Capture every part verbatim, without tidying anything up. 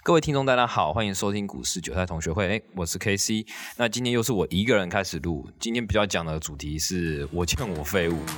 各位听众大家好，欢迎收听股市韭菜同学会，诶我是 K C。 那今天又是我一个人开始录，今天比较讲的主题是我见我废物。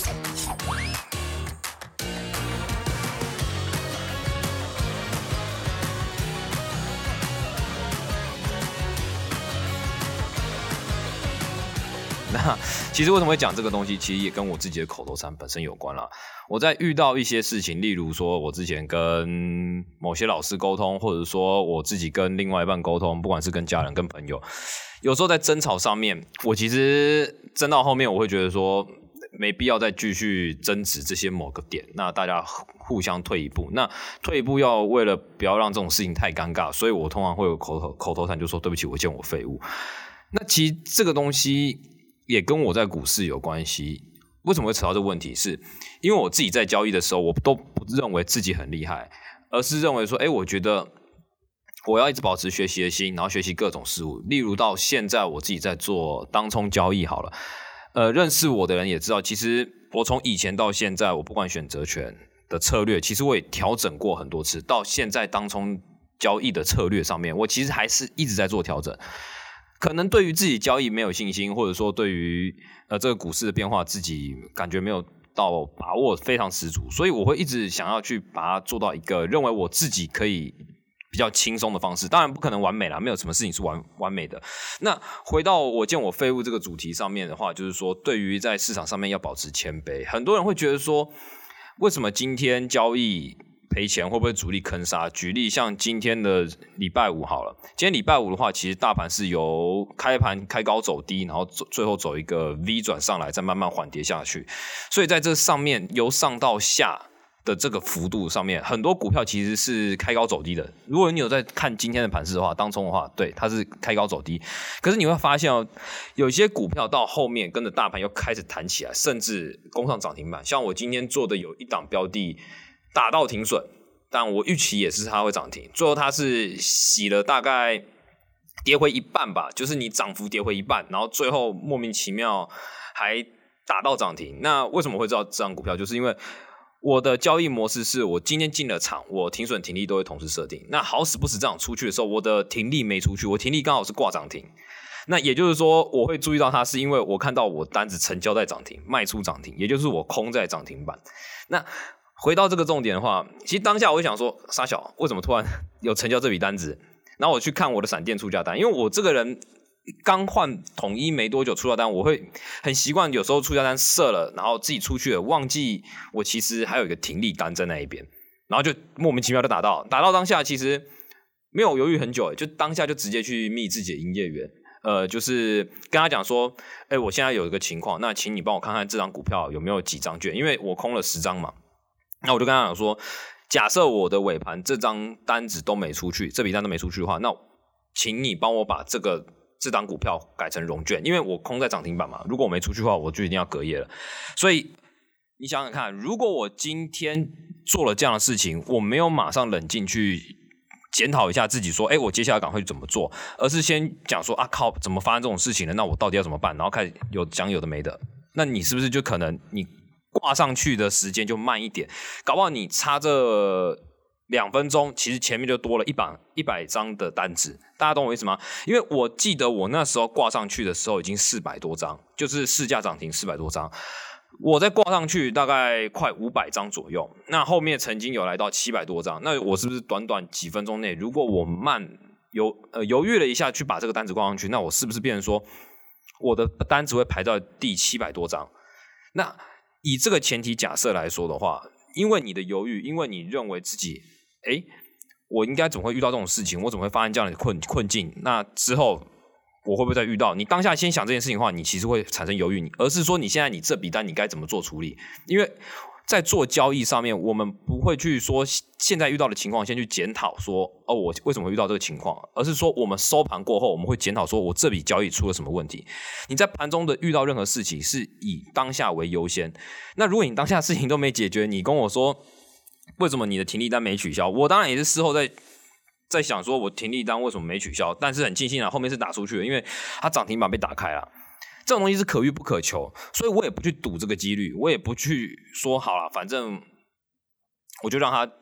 那其实为什么会讲这个东西，其实也跟我自己的口头禅本身有关啦。我在遇到一些事情，例如说我之前跟某些老师沟通，或者说我自己跟另外一半沟通，不管是跟家人跟朋友，有时候在争吵上面，我其实争到后面我会觉得说没必要再继续争执这些某个点，那大家互相退一步，那退一步要为了不要让这种事情太尴尬，所以我通常会有口头口头禅，就说对不起，我见我废物。那其实这个东西也跟我在股市有关系。为什么会扯到这个问题？是因为我自己在交易的时候，我都不认为自己很厉害，而是认为说，哎，我觉得我要一直保持学习的心，然后学习各种事物。例如到现在我自己在做当冲交易好了，呃，认识我的人也知道，其实我从以前到现在，我不管选择权的策略，其实我也调整过很多次。到现在当冲交易的策略上面，我其实还是一直在做调整。可能对于自己交易没有信心，或者说对于呃这个股市的变化自己感觉没有到把握非常十足，所以我会一直想要去把它做到一个认为我自己可以比较轻松的方式。当然不可能完美啦，没有什么事情是完完美的。那回到我见我废物这个主题上面的话，就是说对于在市场上面要保持谦卑。很多人会觉得说，为什么今天交易赔钱，会不会主力坑杀？举例像今天的礼拜五好了，今天礼拜五的话，其实大盘是由开盘开高走低，然后最后走一个 V 转上来，再慢慢缓跌下去。所以在这上面由上到下的这个幅度上面，很多股票其实是开高走低的。如果你有在看今天的盘势的话，当冲的话，对，它是开高走低。可是你会发现哦，有些股票到后面跟着大盘又开始弹起来，甚至攻上涨停板。像我今天做的有一档标的打到停损，但我预期也是它会涨停，最后它是洗了大概跌回一半吧，就是你涨幅跌回一半，然后最后莫名其妙还打到涨停。那为什么会知道这张股票？就是因为我的交易模式是我今天进了场，我停损停利都会同时设定。那好死不死这场出去的时候，我的停利没出去，我停利刚好是挂涨停。那也就是说，我会注意到它，是因为我看到我单子成交在涨停，卖出涨停，也就是我空在涨停板。那回到这个重点的话，其实当下我会想说，傻小为什么突然有成交这笔单子？然后我去看我的闪电出价单，因为我这个人刚换统一没多久出价单，我会很习惯有时候出价单设了，然后自己出去了，忘记我其实还有一个停利单在那一边，然后就莫名其妙就打到，打到当下其实没有犹豫很久，就当下就直接去密自己的营业员。呃，就是跟他讲说，哎，我现在有一个情况，那请你帮我看看这张股票有没有几张券，因为我空了十张嘛。那我就跟他讲说，假设我的尾盘这张单子都没出去，这笔单都没出去的话，那请你帮我把这个这张股票改成融券，因为我空在涨停板嘛，如果我没出去的话，我就一定要隔夜了。所以你想想看，如果我今天做了这样的事情，我没有马上冷静去检讨一下自己说，哎，我接下来赶快怎么做，而是先讲说啊靠，怎么发生这种事情了？那我到底要怎么办？然后开始有讲有的没的，那你是不是就可能你挂上去的时间就慢一点，搞不好你差这两分钟，其实前面就多了一百一百张的单子，大家懂我意思吗？因为我记得我那时候挂上去的时候已经四百多张，就是市价涨停四百多张，我再挂上去大概快五百张左右，那后面曾经有来到七百多张，那我是不是短短几分钟内，如果我慢犹呃犹豫了一下去把这个单子挂上去，那我是不是变成说我的单子会排到第七百多张？那以这个前提假设来说的话，因为你的犹豫，因为你认为自己，诶，我应该怎么会遇到这种事情？我怎么会发生这样的困困境？那之后我会不会再遇到？你当下先想这件事情的话，你其实会产生犹豫，而是说你现在你这笔单你该怎么做处理？因为在做交易上面，我们不会去说现在遇到的情况先去检讨说，哦，我为什么会遇到这个情况，而是说我们收盘过后，我们会检讨说我这笔交易出了什么问题。你在盘中的遇到任何事情是以当下为优先。那如果你当下事情都没解决，你跟我说为什么你的停利单没取消，我当然也是事后在在想说我停利单为什么没取消，但是很庆幸啊，后面是打出去了，因为它涨停板被打开了。这种东西是可遇不可求，所以我也不去赌这个几率，我也不去说好了，反正我就让它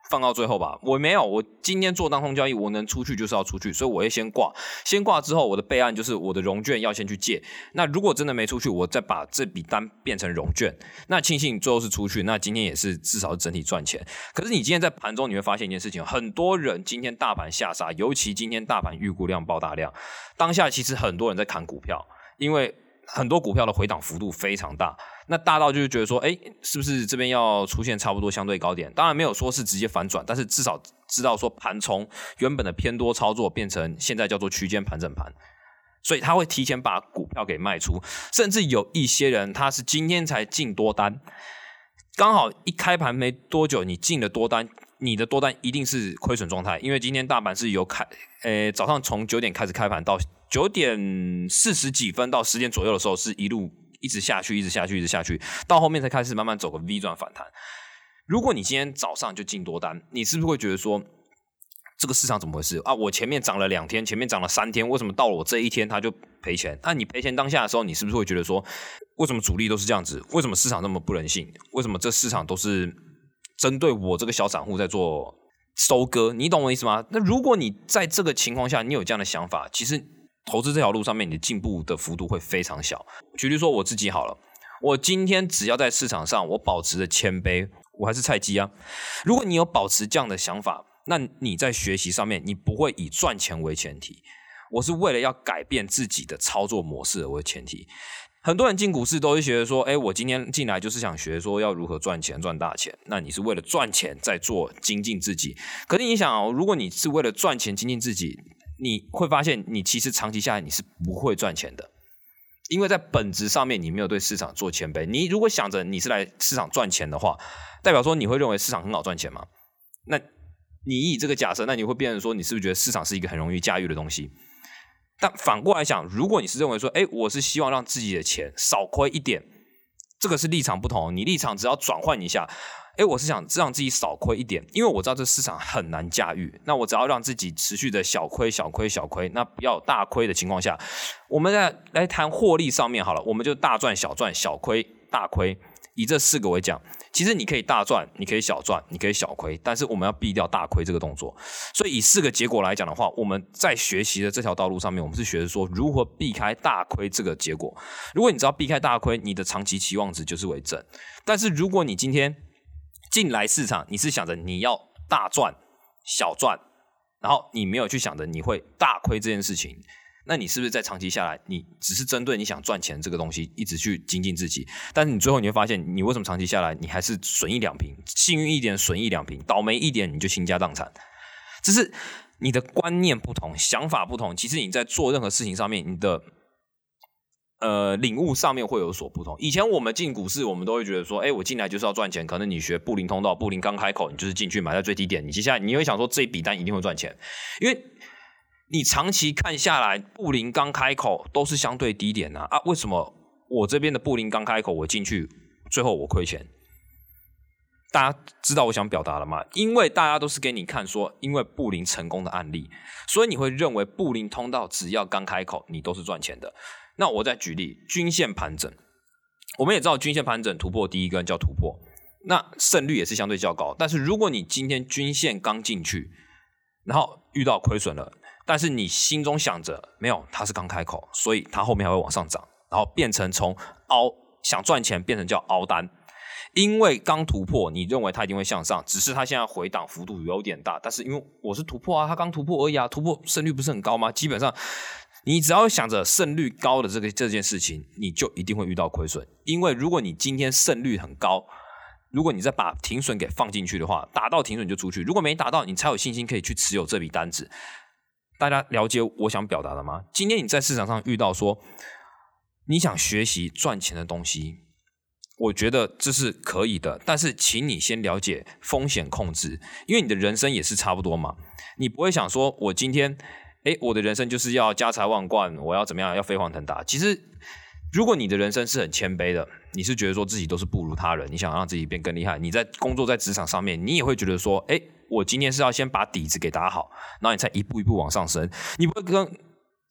放到最后吧。我没有，我今天做当冲交易，我能出去就是要出去，所以我会先挂。先挂之后，我的备案就是我的融券要先去借。那如果真的没出去，我再把这笔单变成融券。那庆幸最后是出去，那今天也是至少是整体赚钱。可是你今天在盘中你会发现一件事情，很多人今天大盘下杀，尤其今天大盘预估量爆大量，当下其实很多人在砍股票，因为很多股票的回档幅度非常大，那大到就是觉得说，哎，是不是这边要出现差不多相对高点？当然没有说是直接反转，但是至少知道说盘从原本的偏多操作变成现在叫做区间盘整盘，所以他会提前把股票给卖出，甚至有一些人他是今天才进多单，刚好一开盘没多久你进了多单，你的多单一定是亏损状态，因为今天大盘是由开，呃，早上从九点开始开盘到九点四十几分到十点左右的时候，是一路一直下去，一直下去，一直下去，到后面才开始慢慢走个 V 转反弹。如果你今天早上就进多单，你是不是会觉得说，这个市场怎么回事啊？我前面涨了两天，前面涨了三天，为什么到了我这一天它就赔钱？那、啊、你赔钱当下的时候，你是不是会觉得说，为什么主力都是这样子？为什么市场那么不人性？为什么这市场都是针对我这个小散户在做收割？你懂我意思吗？那如果你在这个情况下，你有这样的想法，其实投资这条路上面，你的进步的幅度会非常小。举例说我自己好了，我今天只要在市场上我保持着谦卑，我还是菜鸡啊。如果你有保持这样的想法，那你在学习上面，你不会以赚钱为前提。我是为了要改变自己的操作模式而为前提。很多人进股市都会觉得说，哎，我今天进来就是想学说要如何赚钱赚大钱。那你是为了赚钱在做精进自己。可是你想哦，如果你是为了赚钱精进自己，你会发现你其实长期下来你是不会赚钱的，因为在本质上面你没有对市场做谦卑。你如果想着你是来市场赚钱的话，代表说你会认为市场很好赚钱吗？那你以这个假设，那你会变成说你是不是觉得市场是一个很容易驾驭的东西？但反过来想，如果你是认为说，哎，我是希望让自己的钱少亏一点，这个是立场不同。你立场只要转换一下，哎，我是想让自己少亏一点，因为我知道这市场很难驾驭。那我只要让自己持续的小亏、小亏、小亏，那不要大亏的情况下，我们来来谈获利上面好了，我们就大赚、小赚、小亏、大亏，以这四个为讲。其实你可以大赚，你可以小赚，你可以小亏，但是我们要避掉大亏这个动作。所以以四个结果来讲的话，我们在学习的这条道路上面，我们是学的说如何避开大亏这个结果。如果你只要避开大亏，你的长期期望值就是为正。但是如果你今天进来市场，你是想着你要大赚、小赚，然后你没有去想着你会大亏这件事情，那你是不是在长期下来，你只是针对你想赚钱这个东西一直去精进自己，但是你最后你会发现，你为什么长期下来你还是损益两平，幸运一点损益两平，倒霉一点你就倾家荡产。只是你的观念不同，想法不同，其实你在做任何事情上面，你的呃领悟上面会有所不同。以前我们进股市，我们都会觉得说，哎，我进来就是要赚钱，可能你学布林通道，布林刚开口，你就是进去买在最低点，你接下来你会想说这一笔单一定会赚钱，因为你长期看下来，布林刚开口都是相对低点啊啊！为什么我这边的布林刚开口，我进去最后我亏钱？大家知道我想表达了吗？因为大家都是给你看说，因为布林成功的案例，所以你会认为布林通道只要刚开口，你都是赚钱的。那我再举例，均线盘整，我们也知道均线盘整突破第一根叫突破，那胜率也是相对较高。但是如果你今天均线刚进去，然后遇到亏损了，但是你心中想着没有，它是刚开口，所以它后面还会往上涨，然后变成从凹想赚钱变成叫凹单，因为刚突破，你认为它一定会向上，只是它现在回档幅度有点大，但是因为我是突破啊，它刚突破而已啊，突破胜率不是很高吗？基本上你只要想着胜率高的这个这件事情，你就一定会遇到亏损，因为如果你今天胜率很高，如果你再把停损给放进去的话，打到停损就出去，如果没打到，你才有信心可以去持有这笔单子。大家了解我想表达的吗？今天你在市场上遇到说你想学习赚钱的东西，我觉得这是可以的，但是请你先了解风险控制，因为你的人生也是差不多嘛。你不会想说我今天诶我的人生就是要家财万贯，我要怎么样要飞黄腾达。其实如果你的人生是很谦卑的，你是觉得说自己都是不如他人，你想让自己变更厉害，你在工作在职场上面，你也会觉得说诶我今天是要先把底子给打好，然后你才一步一步往上升。你不会跟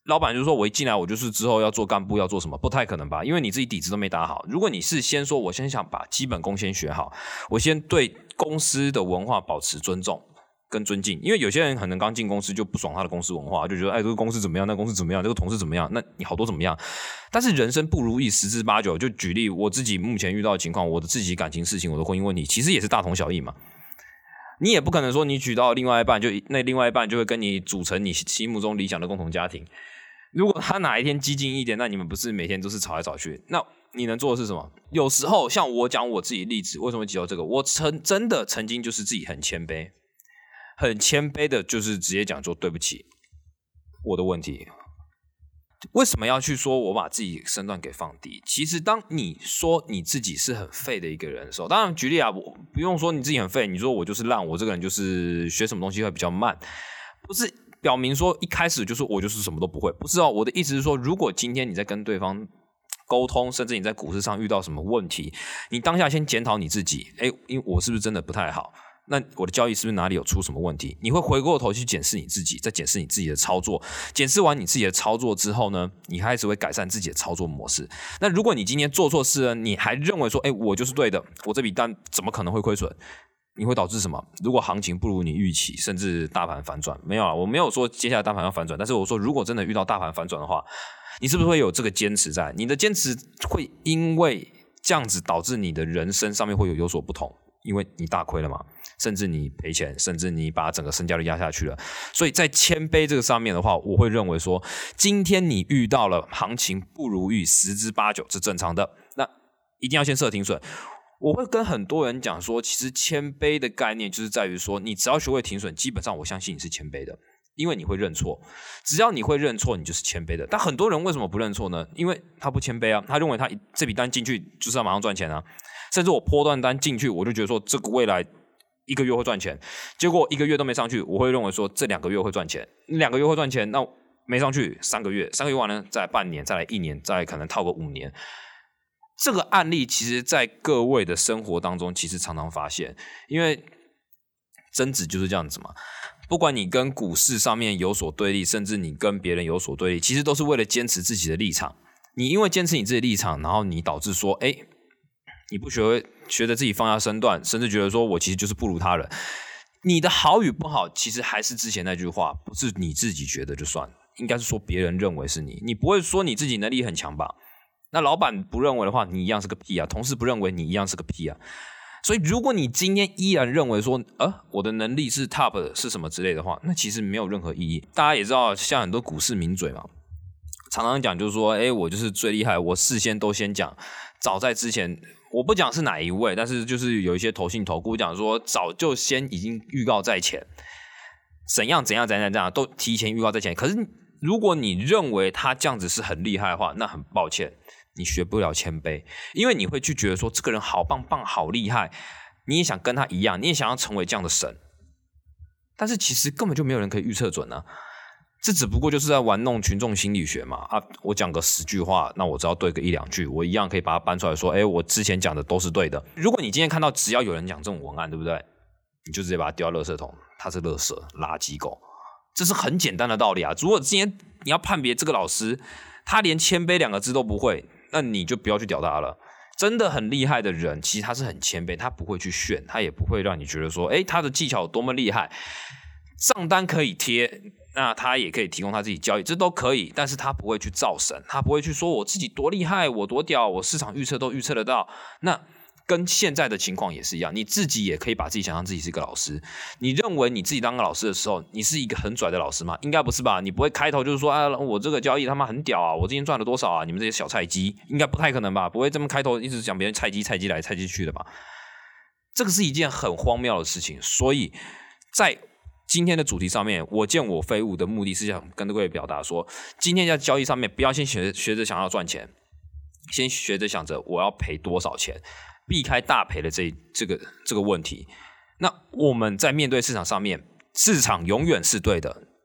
老板就说我一进来我就是之后要做干部要做什么，不太可能吧，因为你自己底子都没打好。如果你是先说我先想把基本功先学好，我先对公司的文化保持尊重跟尊敬，因为有些人可能刚进公司就不爽他的公司文化，就觉得哎这个公司怎么样，那个公司怎么样，这个同事怎么样，那你好多怎么样。但是人生不如意十之八九，就举例我自己目前遇到的情况，我的自己感情事情，我的婚姻问题，其实也是大同小异嘛。你也不可能说你娶到另外一半，就那另外一半就会跟你组成你心目中理想的共同家庭。如果他哪一天激进一点，那你们不是每天都是吵来吵去？那你能做的是什么？有时候像我讲我自己的例子，为什么会提到这个？我曾真的曾经就是自己很谦卑。很谦卑的，就是直接讲说对不起，我的问题。为什么要去说我把自己身段给放低？其实当你说你自己是很废的一个人的时候，当然举例啊，我不用说你自己很废，你说我就是烂，我这个人就是学什么东西会比较慢，不是表明说一开始就是我就是什么都不会，不是哦。我的意思是说，如果今天你在跟对方沟通，甚至你在股市上遇到什么问题，你当下先检讨你自己，诶，因为我是不是真的不太好？那我的交易是不是哪里有出什么问题？你会回过头去检视你自己，再检视你自己的操作。检视完你自己的操作之后呢，你开始会改善自己的操作模式。那如果你今天做错事了，你还认为说，哎，我就是对的，我这笔单怎么可能会亏损？你会导致什么？如果行情不如你预期，甚至大盘反转，没有啊，我没有说接下来大盘要反转，但是我说如果真的遇到大盘反转的话，你是不是会有这个坚持在？你的坚持会因为这样子导致你的人生上面会有有所不同，因为你大亏了嘛。甚至你赔钱，甚至你把整个身价都压下去了。所以在谦卑这个上面的话，我会认为说，今天你遇到了行情不如意，十之八九是正常的，那一定要先设停损。我会跟很多人讲说，其实谦卑的概念就是在于说，你只要学会停损，基本上我相信你是谦卑的，因为你会认错。只要你会认错，你就是谦卑的。但很多人为什么不认错呢？因为他不谦卑啊，他认为他这笔单进去就是要马上赚钱啊，甚至我波段单进去，我就觉得说这个未来一个月会赚钱，结果一个月都没上去，我会认为说这两个月会赚钱，两个月会赚钱，那没上去三个月，三个月完了再来半年，再来一年，再来可能套个五年。这个案例其实在各位的生活当中其实常常发现，因为争执就是这样子嘛，不管你跟股市上面有所对立，甚至你跟别人有所对立，其实都是为了坚持自己的立场。你因为坚持你自己的立场，然后你导致说，哎，你不学会学着自己放下身段，甚至觉得说我其实就是不如他人。你的好与不好，其实还是之前那句话，不是你自己觉得就算，应该是说别人认为是你。你不会说你自己能力很强吧？那老板不认为的话，你一样是个屁啊！同事不认为，你一样是个屁啊！所以如果你今天依然认为说，呃，我的能力是 top 的，是什么之类的话，那其实没有任何意义。大家也知道，像很多股市名嘴嘛，常常讲就是说，哎，我就是最厉害，我事先都先讲，早在之前。我不讲是哪一位，但是就是有一些投信投顾讲说，早就先已经预告在前，怎样怎样怎样怎样都提前预告在前。可是如果你认为他这样子是很厉害的话，那很抱歉，你学不了谦卑，因为你会去觉得说这个人好棒棒好厉害，你也想跟他一样，你也想要成为这样的神，但是其实根本就没有人可以预测准啊。这只不过就是在玩弄群众心理学嘛啊！我讲个十句话，那我只要对个一两句，我一样可以把它搬出来说，哎，我之前讲的都是对的。如果你今天看到只要有人讲这种文案，对不对？你就直接把它丢到垃圾桶，它是垃圾垃圾狗，这是很简单的道理啊！如果今天你要判别这个老师，他连谦卑两个字都不会，那你就不要去屌他了。真的很厉害的人，其实他是很谦卑，他不会去炫，他也不会让你觉得说，哎，他的技巧有多么厉害，账单可以贴。那他也可以提供他自己交易，这都可以，但是他不会去造神，他不会去说我自己多厉害，我多屌，我市场预测都预测得到。那跟现在的情况也是一样，你自己也可以把自己想象自己是一个老师。你认为你自己当个老师的时候，你是一个很拽的老师吗？应该不是吧？你不会开头就是说，啊，我这个交易他妈很屌啊，我今天赚了多少啊？你们这些小菜鸡，应该不太可能吧？不会这么开头一直讲别人菜鸡菜鸡来菜鸡去的吧？这个是一件很荒谬的事情，所以在今天的主题上面，我见我非物的目的是想跟各位表达说，今天在交易上面不要先学学着想要赚钱，先学着想着我要赔多少钱，避开大赔的这这个这个问题。那我们在面对市场上面，市场永远是对的，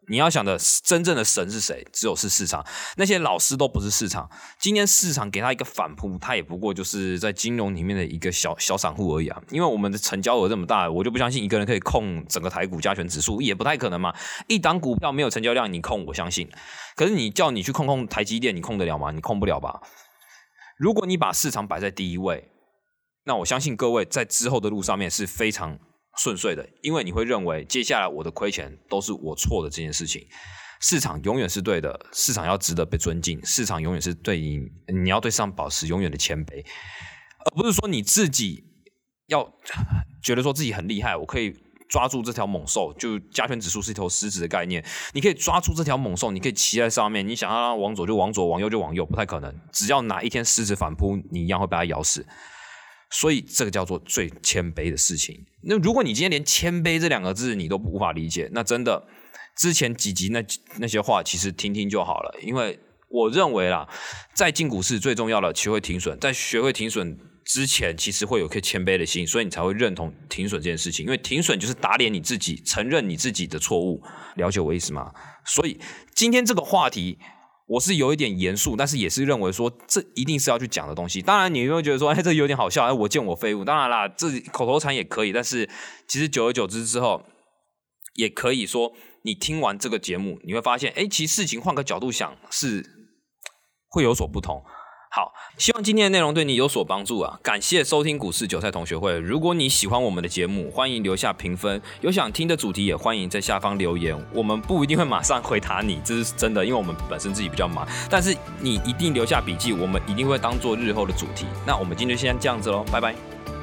你要想的真正的神是谁？只有是市场，那些老师都不是市场。今天市场给他一个反扑，他也不过就是在金融里面的一个小小散户而已啊。因为我们的成交额这么大，我就不相信一个人可以控整个台股加权指数，也不太可能嘛。一档股票没有成交量，你控我相信。可是你叫你去控控台积电，你控得了吗？你控不了吧？如果你把市场摆在第一位，那我相信各位在之后的路上面是非常顺遂的，因为你会认为接下来我的亏钱都是我错的这件事情。市场永远是对的，市场要值得被尊敬，市场永远是对你，你要对市场保持永远的谦卑，而不是说你自己要觉得说自己很厉害，我可以抓住这条猛兽，就加权指数是一头狮子的概念，你可以抓住这条猛兽，你可以骑在上面，你想要往左就往左，往右就往右，不太可能。只要哪一天狮子反扑，你一样会被它咬死。所以这个叫做最谦卑的事情。那如果你今天连谦卑这两个字你都无法理解，那真的之前几集那那些话其实听听就好了。因为我认为啦，在进股市最重要的学会停损，在学会停损之前，其实会有颗谦卑的心，所以你才会认同停损这件事情。因为停损就是打脸你自己，承认你自己的错误，了解我意思吗？所以今天这个话题我是有一点严肃，但是也是认为说这一定是要去讲的东西。当然你会觉得说，哎，这有点好笑，哎，我见我废物。当然啦，这口头禅也可以，但是其实久而久之之后，也可以说你听完这个节目，你会发现，哎，其实事情换个角度想是会有所不同。好，希望今天的内容对你有所帮助啊！感谢收听股市韭菜同学会。如果你喜欢我们的节目，欢迎留下评分。有想听的主题也欢迎在下方留言，我们不一定会马上回答你，这是真的，因为我们本身自己比较忙。但是你一定留下笔记，我们一定会当做日后的主题。那我们今天就先这样子咯，拜拜。